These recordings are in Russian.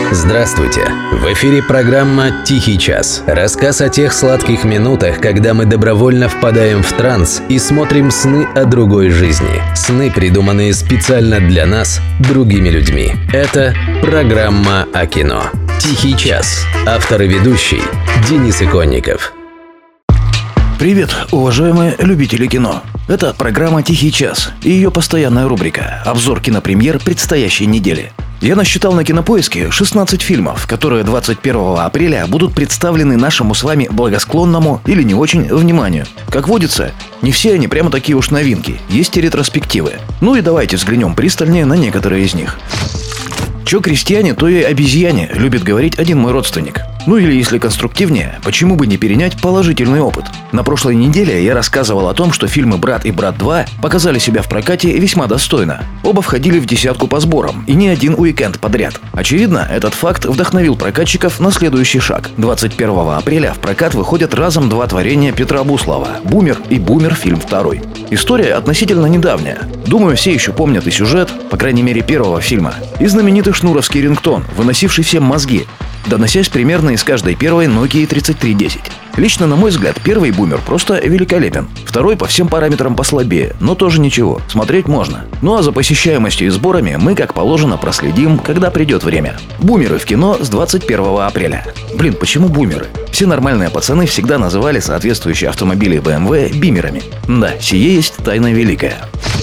Здравствуйте! В эфире программа «Тихий час». Рассказ о тех сладких минутах, когда мы добровольно впадаем в транс и смотрим сны о другой жизни. Сны, придуманные специально для нас, другими людьми. Это программа о кино. «Тихий час». Автор и ведущий Денис Иконников. Привет, уважаемые любители кино. Это программа «Тихий час» и ее постоянная рубрика «Обзор кинопремьер предстоящей недели». Я насчитал на Кинопоиске 16 фильмов, которые 21 апреля будут представлены нашему с вами благосклонному или не очень вниманию. Как водится, не все они прямо такие уж новинки, есть и ретроспективы. Ну и давайте взглянем пристальнее на некоторые из них. «Чё крестьяне, то и обезьяне», любит говорить один мой родственник. Ну или, если конструктивнее, почему бы не перенять положительный опыт? На прошлой неделе я рассказывал о том, что фильмы «Брат» и «Брат 2» показали себя в прокате весьма достойно. Оба входили в десятку по сборам, и не один уикенд подряд. Очевидно, этот факт вдохновил прокатчиков на следующий шаг. 21 апреля в прокат выходят разом два творения Петра Буслова «Бумер» и «Бумер. Фильм 2». История относительно недавняя. Думаю, все еще помнят и сюжет, по крайней мере первого фильма, и знаменитый шнуровский рингтон, выносивший всем мозги, доносясь примерно из каждой первой Nokia 3310. Лично, на мой взгляд, первый «Бумер» просто великолепен. Второй по всем параметрам послабее, но тоже ничего, смотреть можно. Ну а за посещаемостью и сборами мы, как положено, проследим, когда придет время. «Бумеры» в кино с 21 апреля. Блин, почему «Бумеры»? Все нормальные пацаны всегда называли соответствующие автомобили BMW «Бимерами». Да, сие есть тайна великая.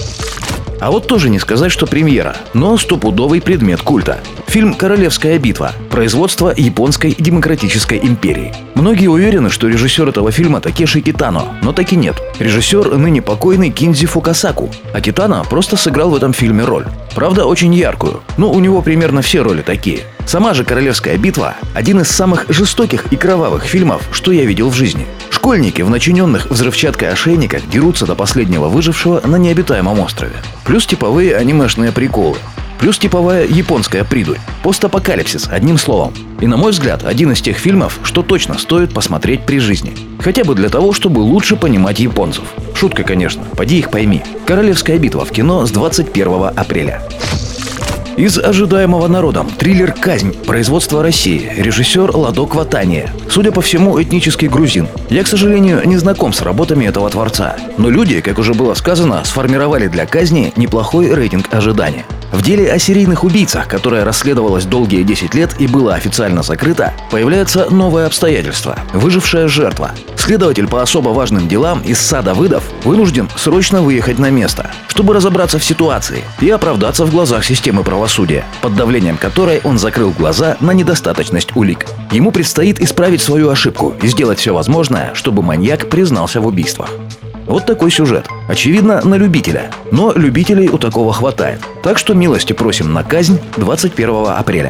А вот тоже не сказать, что премьера, но стопудовый предмет культа. Фильм «Королевская битва». Производство Японской Демократической империи. Многие уверены, что режиссер этого фильма Такеши Китано, но таки нет. Режиссер ныне покойный Кинзи Фукасаку, а Китано просто сыграл в этом фильме роль. Правда, очень яркую. Ну, у него примерно все роли такие. Сама же «Королевская битва» – один из самых жестоких и кровавых фильмов, что я видел в жизни. Школьники в начиненных взрывчаткой ошейниках дерутся до последнего выжившего на необитаемом острове. Плюс типовые анимешные приколы. Плюс типовая японская придурь. Постапокалипсис, одним словом. И, на мой взгляд, один из тех фильмов, что точно стоит посмотреть при жизни. Хотя бы для того, чтобы лучше понимать японцев. Шутка, конечно, поди их пойми. «Королевская битва» в кино с 21 апреля. Из ожидаемого народом триллер «Казнь», производство России, режиссер Ладо Кватания. Судя по всему, этнический грузин. Я, к сожалению, не знаком с работами этого творца. Но люди, как уже было сказано, сформировали для «Казни» неплохой рейтинг ожидания. В деле о серийных убийцах, которое расследовалось долгие 10 лет и было официально закрыто, появляется новое обстоятельство – выжившая жертва. Следователь по особо важным делам из сада выдов вынужден срочно выехать на место, чтобы разобраться в ситуации и оправдаться в глазах системы правосудия, под давлением которой он закрыл глаза на недостаточность улик. Ему предстоит исправить свою ошибку и сделать все возможное, чтобы маньяк признался в убийствах. Вот такой сюжет. Очевидно, на любителя. Но любителей у такого хватает. Так что милости просим на «Казнь» 21 апреля.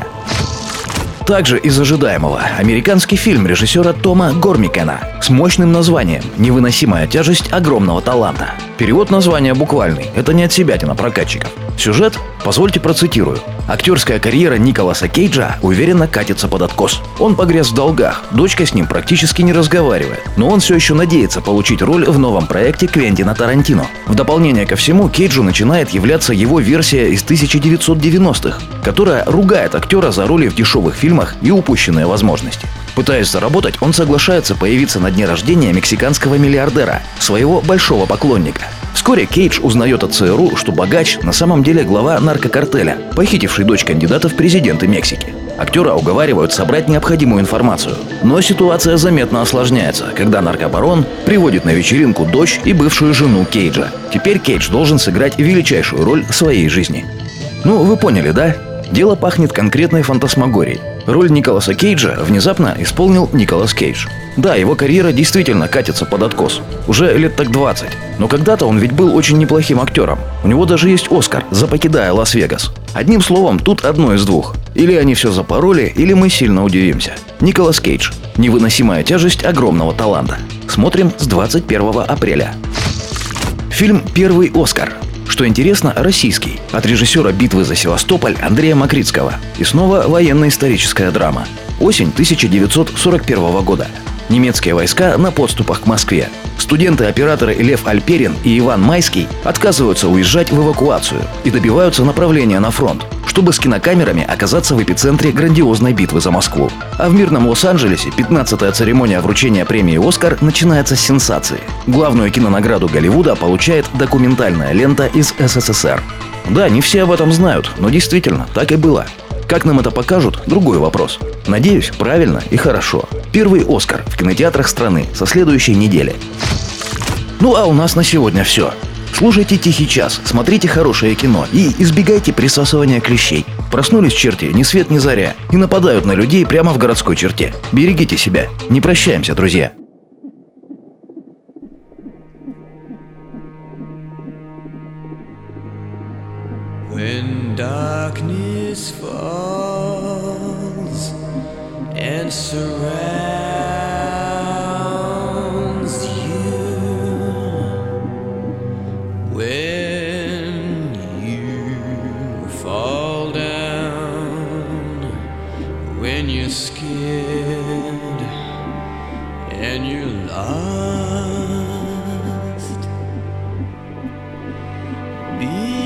Также из ожидаемого американский фильм режиссера Тома Гормикена с мощным названием «Невыносимая тяжесть огромного таланта». Перевод названия буквальный, это не отсебятина прокатчиков. Сюжет? Позвольте процитирую. Актерская карьера Николаса Кейджа уверенно катится под откос. Он погряз в долгах, дочка с ним практически не разговаривает, но он все еще надеется получить роль в новом проекте Квентина Тарантино. В дополнение ко всему, Кейджу начинает являться его версия из 1990-х, которая ругает актера за роли в дешевых фильмах и упущенные возможности. Пытаясь заработать, он соглашается появиться на дне рождения мексиканского миллиардера, своего большого поклонника. Вскоре Кейдж узнает от ЦРУ, что богач на самом деле глава наркокартеля, похитивший дочь кандидата в президенты Мексики. Актера уговаривают собрать необходимую информацию. Но ситуация заметно осложняется, когда наркобарон приводит на вечеринку дочь и бывшую жену Кейджа. Теперь Кейдж должен сыграть величайшую роль в своей жизни. Ну, вы поняли, да? Дело пахнет конкретной фантасмагорией. Роль Николаса Кейджа внезапно исполнил Николас Кейдж. Да, его карьера действительно катится под откос. Уже лет так 20. Но когда-то он ведь был очень неплохим актером. У него даже есть «Оскар» за «Покидая Лас-Вегас». Одним словом, тут одно из двух. Или они все запороли, или мы сильно удивимся. Николас Кейдж. Невыносимая тяжесть огромного таланта. Смотрим с 21 апреля. Фильм «Первый Оскар». Что интересно, российский, от режиссера «Битвы за Севастополь» Андрея Макритского. И снова военно-историческая драма. Осень 1941 года. Немецкие войска на подступах к Москве. Студенты-операторы Лев Альперин и Иван Майский отказываются уезжать в эвакуацию и добиваются направления на фронт, чтобы с кинокамерами оказаться в эпицентре грандиозной битвы за Москву. А в мирном Лос-Анджелесе 15-я церемония вручения премии «Оскар» начинается с сенсации. Главную кинонаграду Голливуда получает документальная лента из СССР. Да, не все об этом знают, но действительно, так и было. Как нам это покажут – другой вопрос. Надеюсь, правильно и хорошо. Первый «Оскар» в кинотеатрах страны со следующей недели. Ну а у нас на сегодня все. Слушайте «Тихий час», смотрите хорошее кино и избегайте присасывания клещей. Проснулись черти ни свет ни заря и нападают на людей прямо в городской черте. Берегите себя. Не прощаемся, друзья. When darkness falls and surrounds you, when you fall down, when you're scared and you're lost, be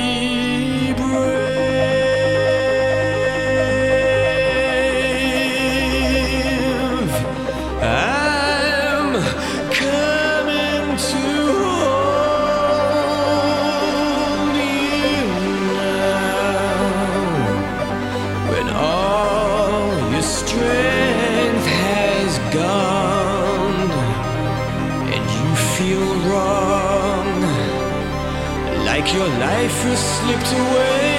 strength has gone and you feel wrong, like your life has slipped away.